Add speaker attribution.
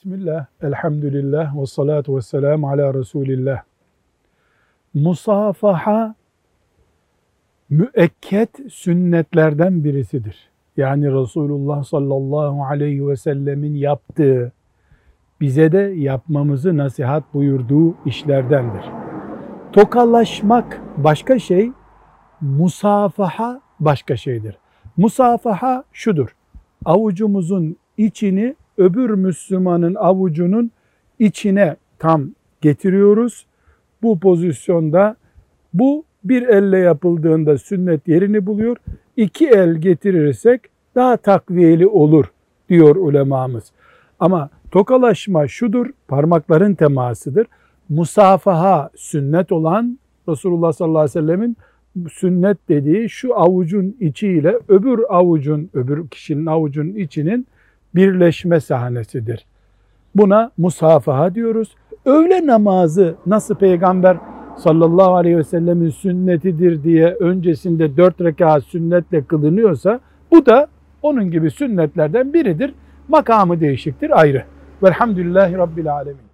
Speaker 1: Bismillah, elhamdülillah, ve salatu ve selamu ala Resulillah. Musafaha müekket sünnetlerden birisidir. Yani Resulullah sallallahu aleyhi ve sellemin yaptığı, bize de yapmamızı nasihat buyurduğu işlerdendir. Tokalaşmak başka şey, musafaha başka şeydir. Musafaha şudur: avucumuzun içini öbür Müslümanın avucunun içine tam getiriyoruz. Bu pozisyonda bu bir elle yapıldığında sünnet yerini buluyor. İki el getirirsek daha takviyeli olur diyor ulemamız. Ama tokalaşma şudur: parmakların temasıdır. Musafaha sünnet olan, Resulullah sallallahu aleyhi ve sellemin sünnet dediği şu avucun içiyle öbür kişinin avucunun içinin birleşme sahnesidir. Buna musafaha diyoruz. Öğle namazı nasıl Peygamber sallallahu aleyhi ve sellemin sünnetidir diye öncesinde 4 rekat sünnetle kılınıyorsa, bu da onun gibi sünnetlerden biridir. Makamı değişiktir, ayrı. Velhamdülillahi Rabbil alemin.